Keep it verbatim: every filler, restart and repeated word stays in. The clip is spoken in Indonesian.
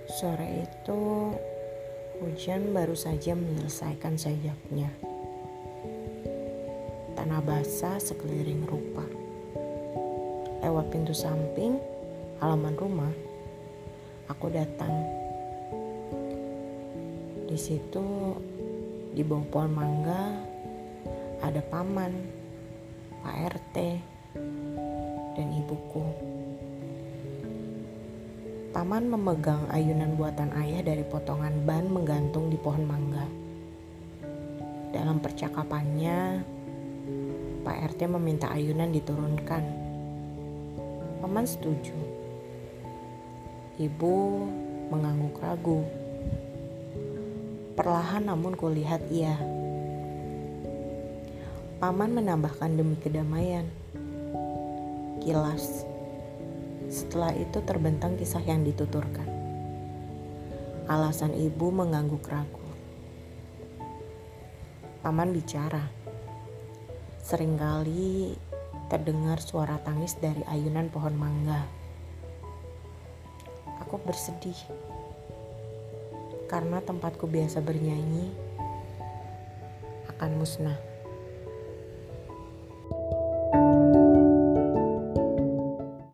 Sore itu hujan baru saja menyelesaikan sayapnya. Tanah basah sekeliling rupa. Lewat pintu samping halaman rumah, aku datang. Di situ di bawah pohon mangga ada paman, Pak R T, dan ibuku. Paman memegang ayunan buatan ayah dari potongan ban menggantung di pohon mangga. Dalam percakapannya, Pak R T meminta ayunan diturunkan. Paman setuju. Ibu mengangguk ragu. Perlahan namun kulihat iya. Paman menambahkan demi kedamaian. Kilas. Setelah itu terbentang kisah yang dituturkan. Alasan ibu mengangguk ragu. Paman bicara. Seringkali terdengar suara tangis dari ayunan pohon mangga. Aku bersedih. Karena tempatku biasa bernyanyi akan musnah.